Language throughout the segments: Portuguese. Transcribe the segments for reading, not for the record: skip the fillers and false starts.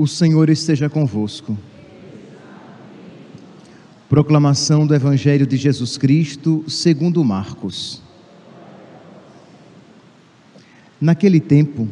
O Senhor esteja convosco. Proclamação do Evangelho de Jesus Cristo, segundo Marcos. Naquele tempo,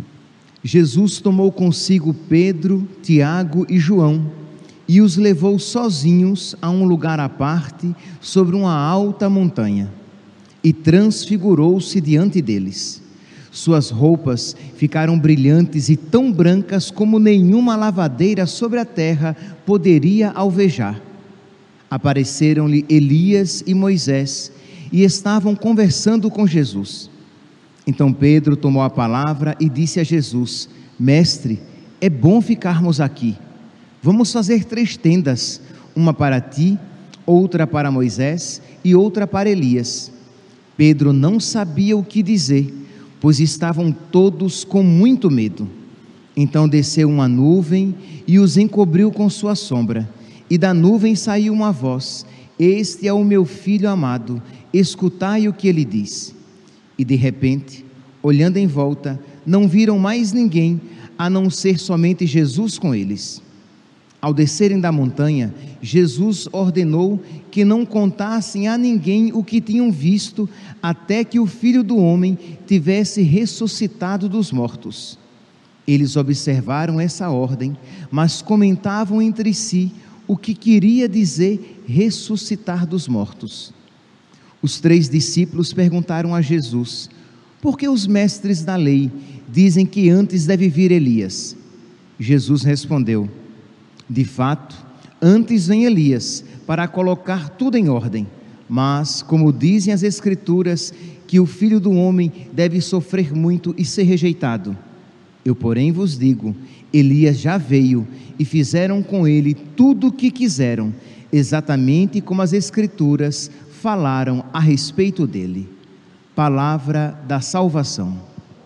Jesus tomou consigo Pedro, Tiago e João e os levou sozinhos a um lugar à parte, sobre uma alta montanha, e transfigurou-se diante deles. Suas roupas ficaram brilhantes e tão brancas como nenhuma lavadeira sobre a terra poderia alvejar. Apareceram-lhe Elias e Moisés e estavam conversando com Jesus. Então Pedro tomou a palavra e disse a Jesus: Mestre, é bom ficarmos aqui. Vamos fazer 3 tendas, uma para ti, outra para Moisés e outra para Elias. Pedro não sabia o que dizer, pois estavam todos com muito medo. Então desceu uma nuvem e os encobriu com sua sombra, e da nuvem saiu uma voz: Este é o meu filho amado, escutai o que ele diz. E de repente, olhando em volta, não viram mais ninguém, a não ser somente Jesus com eles. Ao descerem da montanha, Jesus ordenou que não contassem a ninguém o que tinham visto, até que o Filho do Homem tivesse ressuscitado dos mortos. Eles observaram essa ordem, mas comentavam entre si o que queria dizer ressuscitar dos mortos. Os 3 discípulos perguntaram a Jesus: por que os mestres da lei dizem que antes deve vir Elias? Jesus respondeu: de fato, antes vem Elias para colocar tudo em ordem, mas, como dizem as Escrituras, que o Filho do Homem deve sofrer muito e ser rejeitado. Eu, porém, vos digo, Elias já veio e fizeram com ele tudo o que quiseram, exatamente como as Escrituras falaram a respeito dele. Palavra da salvação.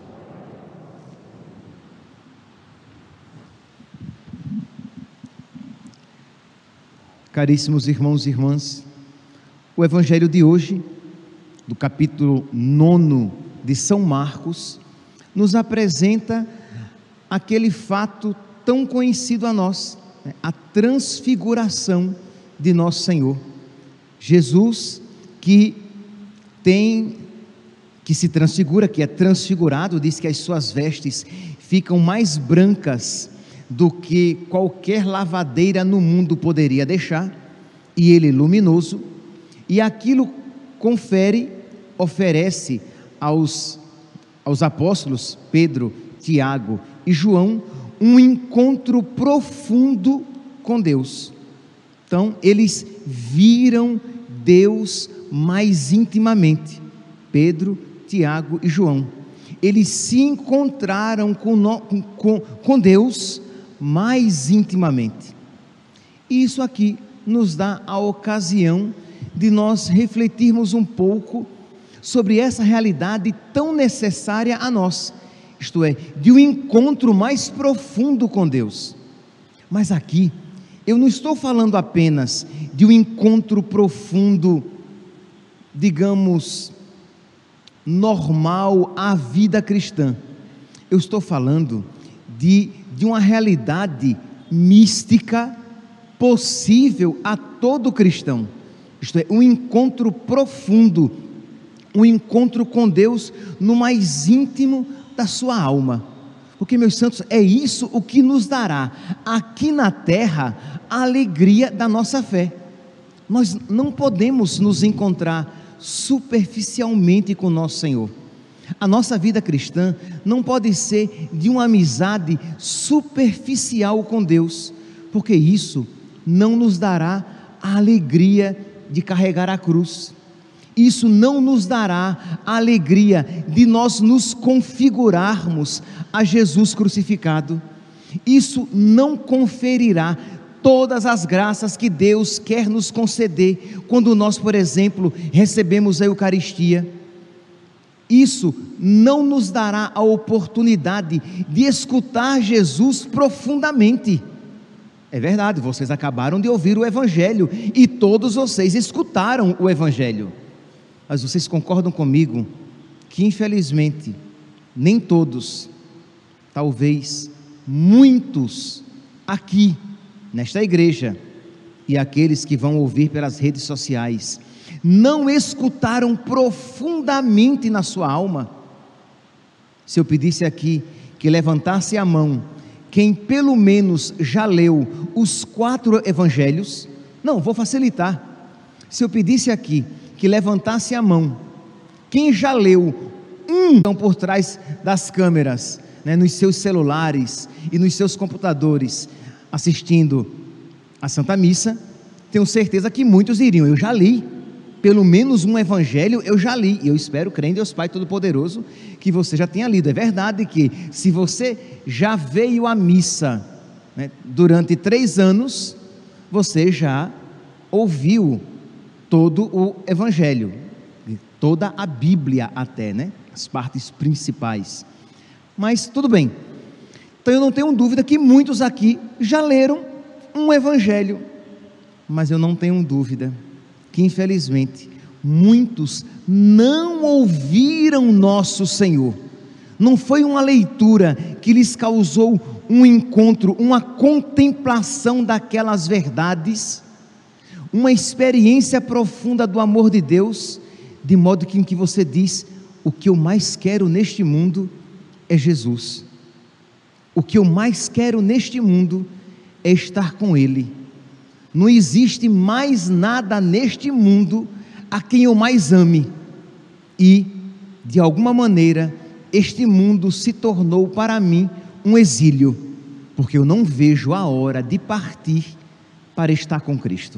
Caríssimos irmãos e irmãs, o Evangelho de hoje, do capítulo 9 de São Marcos, nos apresenta aquele fato tão conhecido a nós, a transfiguração de nosso Senhor. Jesus que se transfigura, que é transfigurado, diz que as suas vestes ficam mais brancas do que qualquer lavadeira no mundo poderia deixar, e ele luminoso, e aquilo oferece aos apóstolos Pedro, Tiago e João um encontro profundo com Deus. Então eles viram Deus mais intimamente. Pedro, Tiago e João, eles se encontraram com Deus mais intimamente. E isso aqui nos dá a ocasião de nós refletirmos um pouco sobre essa realidade tão necessária a nós, isto é, de um encontro mais profundo com Deus. Mas aqui, eu não estou falando apenas de um encontro profundo, digamos, normal à vida cristã. Eu estou falando de uma realidade mística possível a todo cristão, isto é, um encontro profundo, um encontro com Deus no mais íntimo da sua alma, porque, meus santos, é isso o que nos dará aqui na terra a alegria da nossa fé. Nós não podemos nos encontrar superficialmente com nosso Senhor. A nossa vida cristã não pode ser de uma amizade superficial com Deus, porque isso não nos dará a alegria de carregar a cruz. Isso não nos dará a alegria de nós nos configurarmos a Jesus crucificado. Isso não conferirá todas as graças que Deus quer nos conceder quando nós, por exemplo, recebemos a Eucaristia. Isso não nos dará a oportunidade de escutar Jesus profundamente. É verdade, vocês acabaram de ouvir o Evangelho e todos vocês escutaram o Evangelho, mas vocês concordam comigo que, infelizmente, nem todos, talvez muitos, aqui, nesta igreja, e aqueles que vão ouvir pelas redes sociais, não escutaram profundamente na sua alma? Se eu pedisse aqui que levantasse a mão quem pelo menos já leu os 4 evangelhos, não, vou facilitar. Se eu pedisse aqui que levantasse a mão quem já leu estão por trás das câmeras, nos seus celulares e nos seus computadores, assistindo a Santa Missa, tenho certeza que muitos iriam: eu já li, pelo menos um evangelho eu já li, e eu espero, crendo em Deus Pai Todo-Poderoso, que você já tenha lido. É verdade que se você já veio à missa, durante 3 anos, você já ouviu todo o evangelho, toda a Bíblia até, as partes principais. Mas tudo bem, então eu não tenho dúvida que muitos aqui já leram um evangelho, mas eu não tenho dúvida que infelizmente muitos não ouviram nosso Senhor. Não foi uma leitura que lhes causou um encontro, uma contemplação daquelas verdades, uma experiência profunda do amor de Deus, de modo que em que você diz: o que eu mais quero neste mundo é Jesus. O que eu mais quero neste mundo é estar com Ele. Não existe mais nada neste mundo a quem eu mais ame. E, de alguma maneira, este mundo se tornou para mim um exílio, porque eu não vejo a hora de partir para estar com Cristo.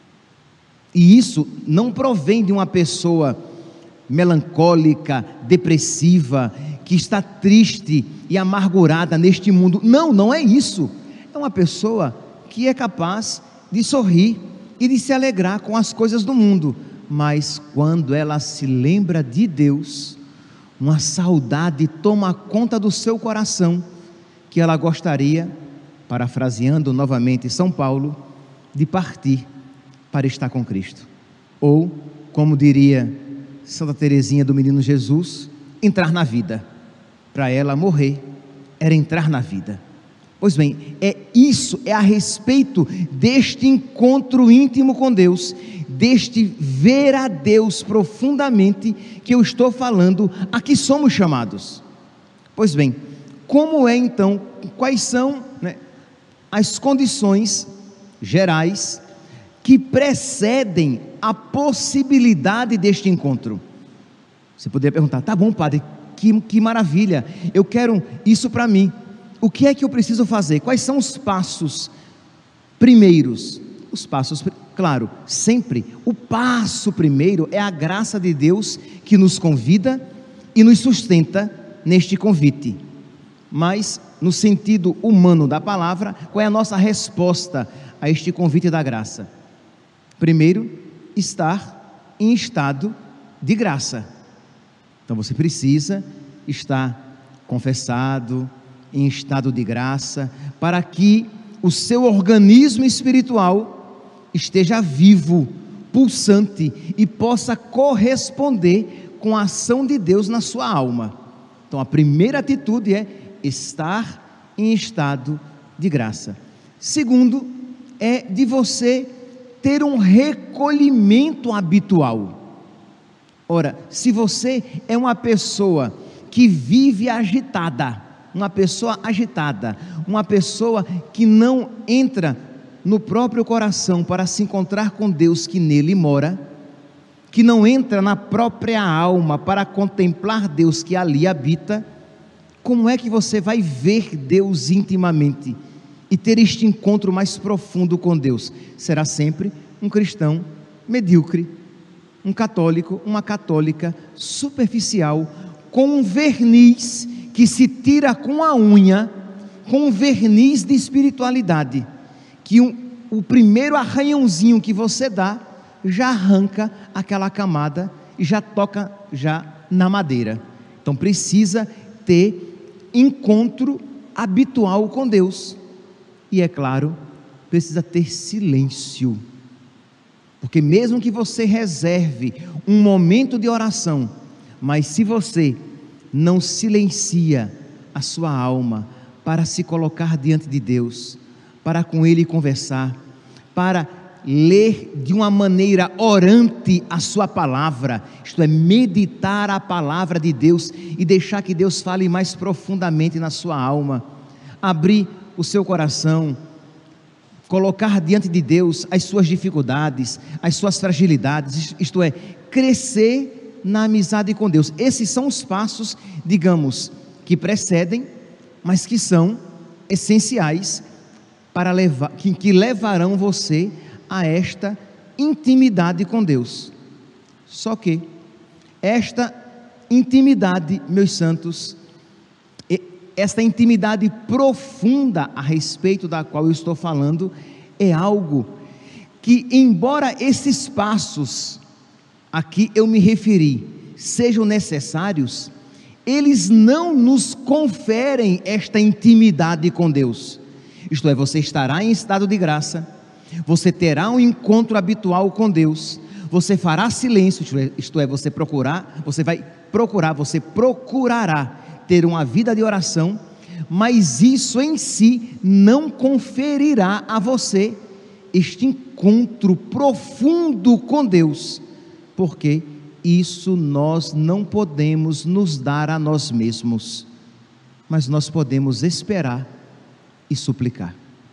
E isso não provém de uma pessoa melancólica, depressiva, que está triste e amargurada neste mundo. Não, não é isso. É uma pessoa que é capaz de sorrir e de se alegrar com as coisas do mundo, mas quando ela se lembra de Deus, uma saudade toma conta do seu coração, que ela gostaria, parafraseando novamente São Paulo, de partir para estar com Cristo. Ou, como diria Santa Teresinha do Menino Jesus, entrar na vida. Para ela, morrer era entrar na vida. Pois bem, é isso, é a respeito deste encontro íntimo com Deus, deste ver a Deus profundamente, que eu estou falando, a que somos chamados. Pois bem, como é então, quais são as condições gerais que precedem a possibilidade deste encontro? Você poderia perguntar: tá bom, padre, que maravilha, eu quero isso para mim. O que é que eu preciso fazer? Quais são os passos primeiros? Os passos, claro, sempre o passo primeiro é a graça de Deus que nos convida e nos sustenta neste convite. Mas, no sentido humano da palavra, qual é a nossa resposta a este convite da graça? Primeiro, estar em estado de graça. Então você precisa estar confessado, em estado de graça, para que o seu organismo espiritual esteja vivo, pulsante e possa corresponder com a ação de Deus na sua alma. Então a primeira atitude é estar em estado de graça. Segundo, é de você ter um recolhimento habitual. Ora, se você é uma pessoa que vive agitada, uma pessoa que não entra no próprio coração para se encontrar com Deus que nele mora, que não entra na própria alma para contemplar Deus que ali habita, como é que você vai ver Deus intimamente e ter este encontro mais profundo com Deus? Será sempre um cristão medíocre, um católico, uma católica superficial, com um verniz que se tira com a unha, com um verniz de espiritualidade, que o primeiro arranhãozinho que você dá, já arranca aquela camada e já toca já na madeira. Então precisa ter encontro habitual com Deus, e é claro, precisa ter silêncio, porque mesmo que você reserve um momento de oração, mas se você não silencia a sua alma para se colocar diante de Deus, para com Ele conversar, para ler de uma maneira orante a sua palavra, isto é, meditar a palavra de Deus e deixar que Deus fale mais profundamente na sua alma, abrir o seu coração, colocar diante de Deus as suas dificuldades, as suas fragilidades, isto é, crescer na amizade com Deus. Esses são os passos, digamos, que precedem, mas que são essenciais para que levarão você a esta intimidade com Deus. Só que esta intimidade, meus santos, esta intimidade profunda a respeito da qual eu estou falando, é algo que, embora esses passos a que eu me referi sejam necessários, eles não nos conferem esta intimidade com Deus. Isto é, você estará em estado de graça, você terá um encontro habitual com Deus, você fará silêncio, isto é, você procurará ter uma vida de oração, mas isso em si não conferirá a você este encontro profundo com Deus, porque isso nós não podemos nos dar a nós mesmos, mas nós podemos esperar e suplicar.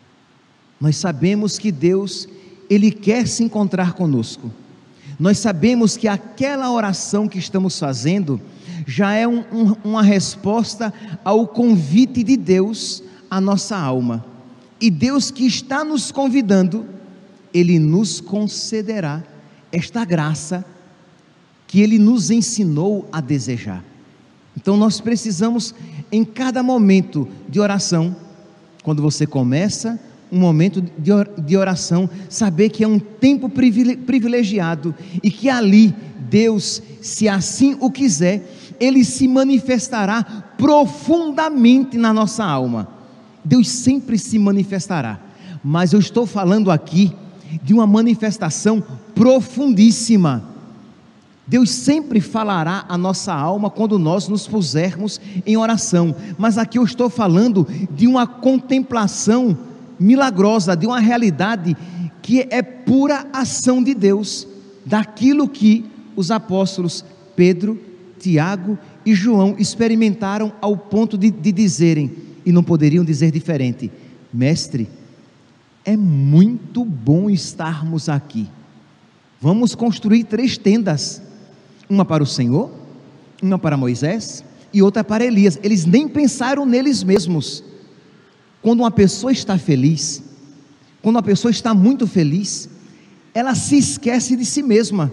Nós sabemos que Deus, Ele quer se encontrar conosco. Nós sabemos que aquela oração que estamos fazendo já é uma resposta ao convite de Deus à nossa alma. E Deus que está nos convidando, Ele nos concederá esta graça que Ele nos ensinou a desejar. Então nós precisamos, em cada momento de oração, quando você começa um momento de oração, saber que é um tempo privilegiado e que ali Deus, se assim o quiser, Ele se manifestará profundamente na nossa alma. Deus sempre se manifestará, mas eu estou falando aqui de uma manifestação profundíssima. Deus sempre falará a nossa alma quando nós nos pusermos em oração, mas aqui eu estou falando de uma contemplação milagrosa, de uma realidade que é pura ação de Deus, daquilo que os apóstolos Pedro, Tiago e João experimentaram ao ponto de dizerem, e não poderiam dizer diferente: mestre, é muito bom estarmos aqui, vamos construir 3 tendas, uma para o Senhor, uma para Moisés e outra para Elias. Eles nem pensaram neles mesmos. Quando uma pessoa está feliz, quando uma pessoa está muito feliz, ela se esquece de si mesma,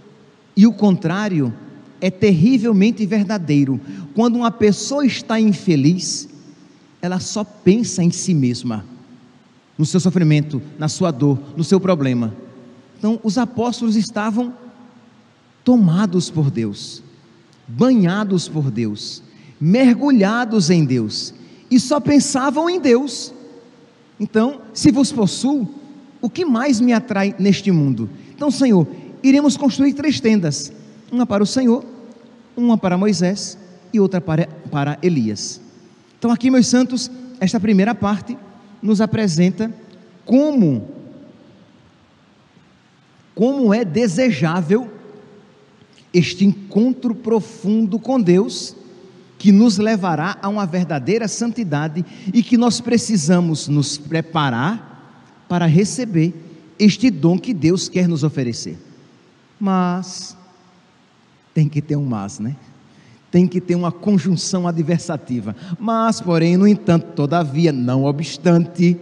e o contrário é terrivelmente verdadeiro. Quando uma pessoa está infeliz, ela só pensa em si mesma, no seu sofrimento, na sua dor, no seu problema. Então os apóstolos estavam tomados por Deus, banhados por Deus, mergulhados em Deus, e só pensavam em Deus. Então, se vos possuo, o que mais me atrai neste mundo? Então, Senhor, iremos construir 3 tendas, uma para o Senhor, uma para Moisés e outra para Elias. Então aqui, meus santos, esta primeira parte nos apresenta como é desejável este encontro profundo com Deus, que nos levará a uma verdadeira santidade, e que nós precisamos nos preparar para receber este dom que Deus quer nos oferecer. Mas tem que ter um mas, né? Tem que ter uma conjunção adversativa. Mas, porém, no entanto, todavia, não obstante,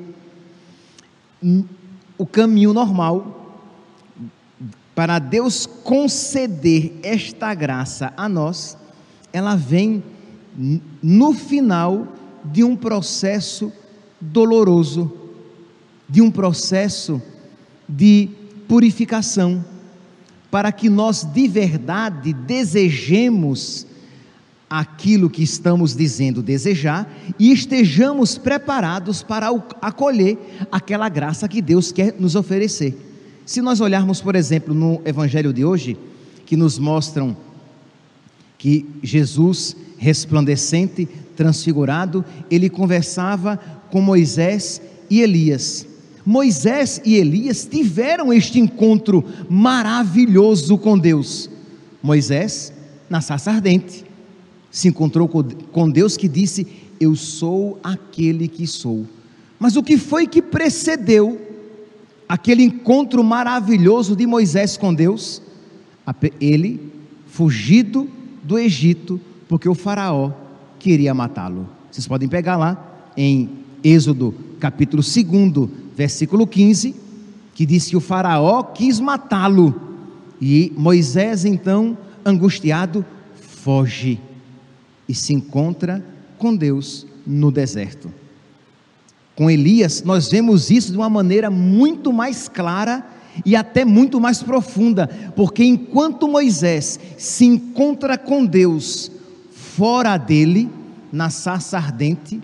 o caminho normal para Deus conceder esta graça a nós, ela vem no final de um processo doloroso, de um processo de purificação, para que nós de verdade desejemos aquilo que estamos dizendo desejar e estejamos preparados para acolher aquela graça que Deus quer nos oferecer. Se nós olharmos, por exemplo, no Evangelho de hoje, que nos mostram que Jesus, resplandecente, transfigurado, ele conversava com Moisés e Elias. Moisés e Elias tiveram este encontro maravilhoso com Deus. Moisés, na sarça ardente, se encontrou com Deus, que disse: eu sou aquele que sou. Mas o que foi que precedeu aquele encontro maravilhoso de Moisés com Deus? Ele fugido do Egito, porque o faraó queria matá-lo. Vocês podem pegar lá em Êxodo capítulo 2, versículo 15, que diz que o faraó quis matá-lo, e Moisés então, angustiado, foge e se encontra com Deus no deserto. Com Elias nós vemos isso de uma maneira muito mais clara e até muito mais profunda, porque enquanto Moisés se encontra com Deus fora dele, na sarça ardente,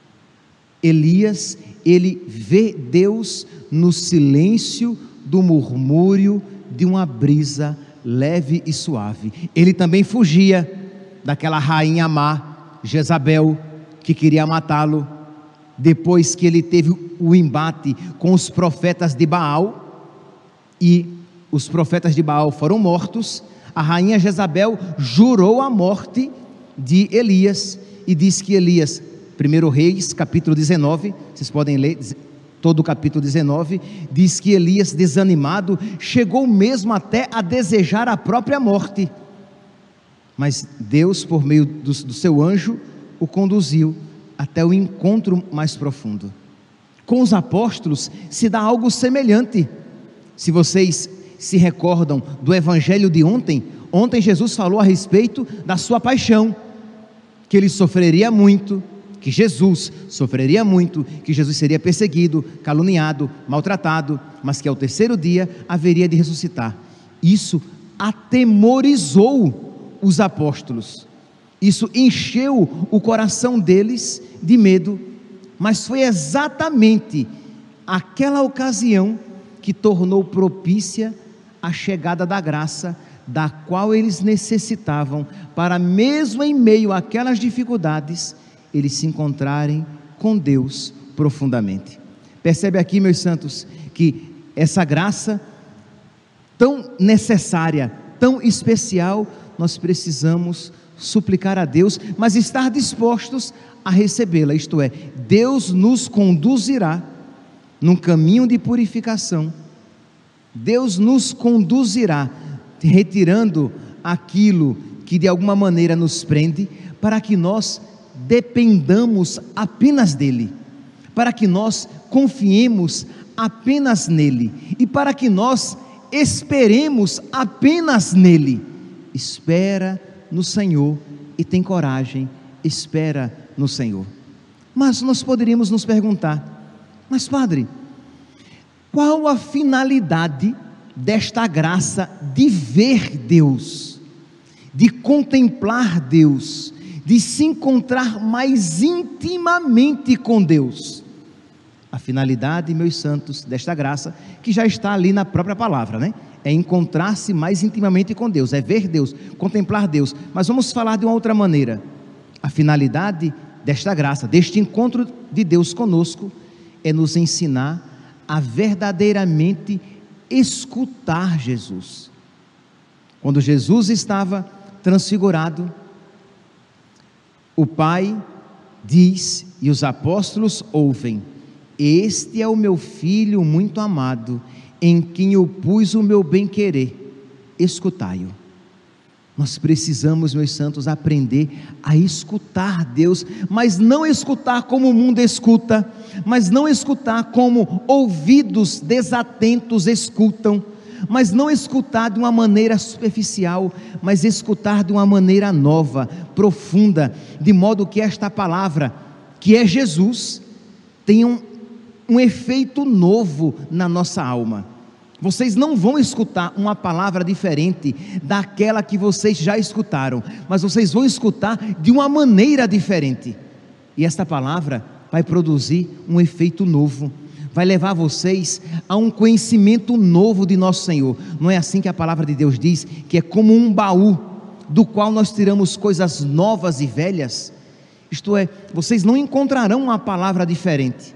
Elias, ele vê Deus no silêncio do murmúrio de uma brisa leve e suave. Ele também fugia daquela rainha má, Jezabel, que queria matá-lo, depois que ele teve o embate com os profetas de Baal, e os profetas de Baal foram mortos. A rainha Jezabel jurou a morte de Elias, e diz que Elias, 1 Reis, capítulo 19, vocês podem ler todo o capítulo 19, diz que Elias, desanimado, chegou mesmo até a desejar a própria morte, mas Deus, por meio do seu anjo, o conduziu até o encontro mais profundo. Com os apóstolos se dá algo semelhante. Se vocês se recordam do evangelho de ontem Jesus falou a respeito da sua paixão, que ele sofreria muito, que Jesus sofreria muito, que Jesus seria perseguido, caluniado, maltratado, mas que ao terceiro dia haveria de ressuscitar. Isso atemorizou os apóstolos, isso encheu o coração deles de medo, mas foi exatamente aquela ocasião que tornou propícia a chegada da graça, da qual eles necessitavam, para mesmo em meio àquelas dificuldades, eles se encontrarem com Deus profundamente. Percebe aqui, meus santos, que essa graça tão necessária, tão especial, nós precisamos suplicar a Deus, mas estar dispostos a recebê-la, isto é, Deus nos conduzirá num caminho de purificação, Deus nos conduzirá, retirando aquilo que de alguma maneira nos prende, para que nós dependamos apenas dEle, para que nós confiemos apenas nele, e para que nós esperemos apenas nele. Espera no Senhor e tem coragem, espera no Senhor. Mas nós poderíamos nos perguntar: mas Padre, qual a finalidade desta graça de ver Deus, de contemplar Deus, de se encontrar mais intimamente com Deus? A finalidade, meus santos, desta graça, que já está ali na própria palavra, né? É encontrar-se mais intimamente com Deus, é ver Deus, contemplar Deus. Mas vamos falar de uma outra maneira. A finalidade desta graça, deste encontro de Deus conosco, é nos ensinar a verdadeiramente escutar Jesus. Quando Jesus estava transfigurado, o Pai diz, e os apóstolos ouvem: este é o meu filho muito amado, em quem eu pus o meu bem-querer, escutai-o. Nós precisamos, meus santos, aprender a escutar Deus, mas não escutar como o mundo escuta, mas não escutar como ouvidos desatentos escutam, mas não escutar de uma maneira superficial, mas escutar de uma maneira nova, profunda, de modo que esta palavra, que é Jesus, tenha um efeito novo na nossa alma. Vocês não vão escutar uma palavra diferente daquela que vocês já escutaram, mas vocês vão escutar de uma maneira diferente, e esta palavra vai produzir um efeito novo, vai levar vocês a um conhecimento novo de nosso Senhor. Não é assim que a palavra de Deus diz, que é como um baú, do qual nós tiramos coisas novas e velhas? Isto é, vocês não encontrarão uma palavra diferente,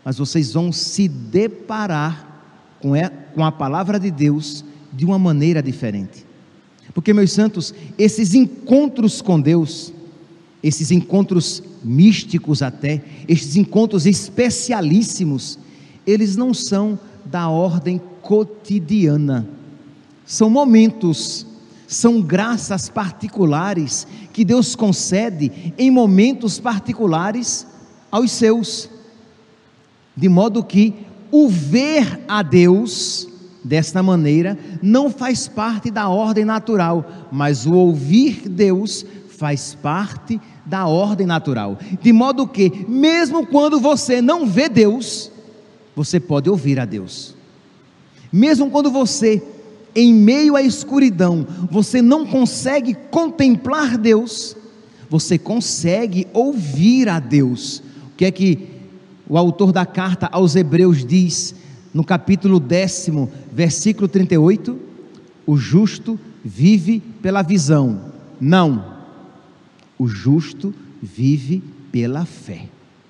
mas vocês vão se deparar com a palavra de Deus de uma maneira diferente. Porque, meus santos, esses encontros com Deus, esses encontros místicos até, esses encontros especialíssimos, eles não são da ordem cotidiana, são momentos, são graças particulares que Deus concede em momentos particulares aos seus, de modo que o ver a Deus desta maneira não faz parte da ordem natural, mas o ouvir Deus faz parte da ordem natural, de modo que mesmo quando você não vê Deus, você pode ouvir a Deus. Mesmo quando você, em meio à escuridão, você não consegue contemplar Deus, você consegue ouvir a Deus. O que é que o autor da carta aos Hebreus diz no capítulo 10, versículo 38? O justo vive pela visão. Não, o justo vive pela fé.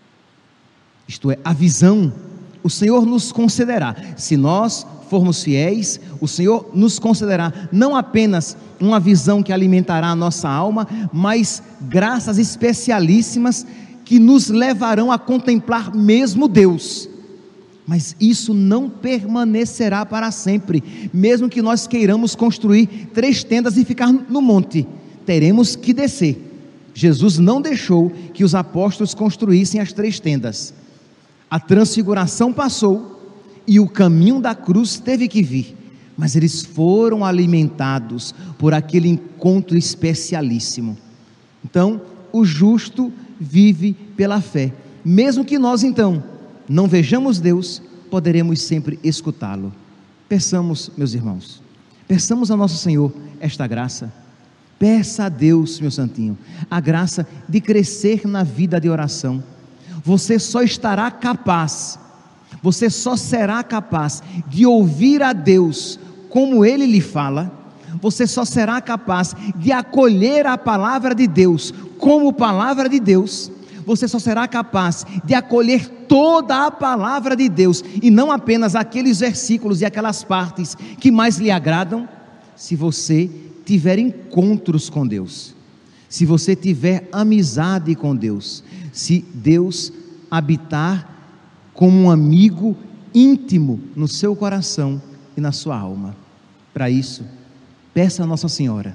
Isto é, a visão o Senhor nos concederá. Se nós formos fiéis, o Senhor nos concederá não apenas uma visão que alimentará a nossa alma, mas graças especialíssimas que nos levarão a contemplar mesmo Deus. Mas isso não permanecerá para sempre. Mesmo que nós queiramos construir 3 tendas e ficar no monte, teremos que descer. Jesus não deixou que os apóstolos construíssem as 3 tendas. A transfiguração passou e o caminho da cruz teve que vir, mas eles foram alimentados por aquele encontro especialíssimo. Então, o justo vive pela fé. Mesmo que nós então não vejamos Deus, poderemos sempre escutá-lo. Peçamos, meus irmãos, peçamos ao nosso Senhor esta graça. Peça a Deus, meu santinho, a graça de crescer na vida de oração. Você só estará capaz, você só será capaz de ouvir a Deus como Ele lhe fala, você só será capaz de acolher a palavra de Deus como palavra de Deus, você só será capaz de acolher toda a palavra de Deus, e não apenas aqueles versículos e aquelas partes que mais lhe agradam, se você tiver encontros com Deus, se você tiver amizade com Deus, se Deus habitar como um amigo íntimo no seu coração e na sua alma. Para isso, peça a Nossa Senhora,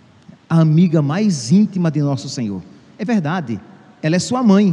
a amiga mais íntima de nosso Senhor. É verdade, ela é sua mãe,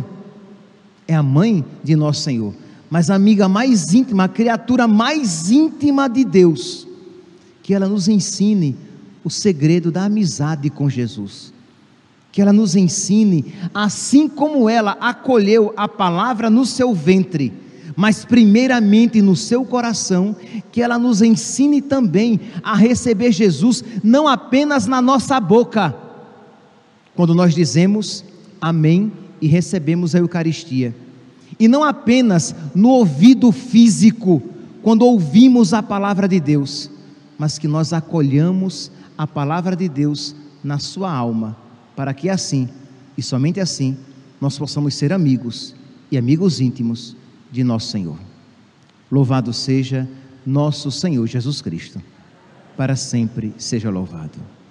é a mãe de nosso Senhor, mas a amiga mais íntima, a criatura mais íntima de Deus, que ela nos ensine o segredo da amizade com Jesus, que ela nos ensine, assim como ela acolheu a palavra no seu ventre, mas primeiramente no seu coração, que ela nos ensine também a receber Jesus, não apenas na nossa boca, quando nós dizemos amém e recebemos a Eucaristia, e não apenas no ouvido físico, quando ouvimos a palavra de Deus, mas que nós acolhamos a palavra de Deus na sua alma, para que assim, e somente assim, nós possamos ser amigos e amigos íntimos de nosso Senhor. Louvado seja nosso Senhor Jesus Cristo, para sempre seja louvado.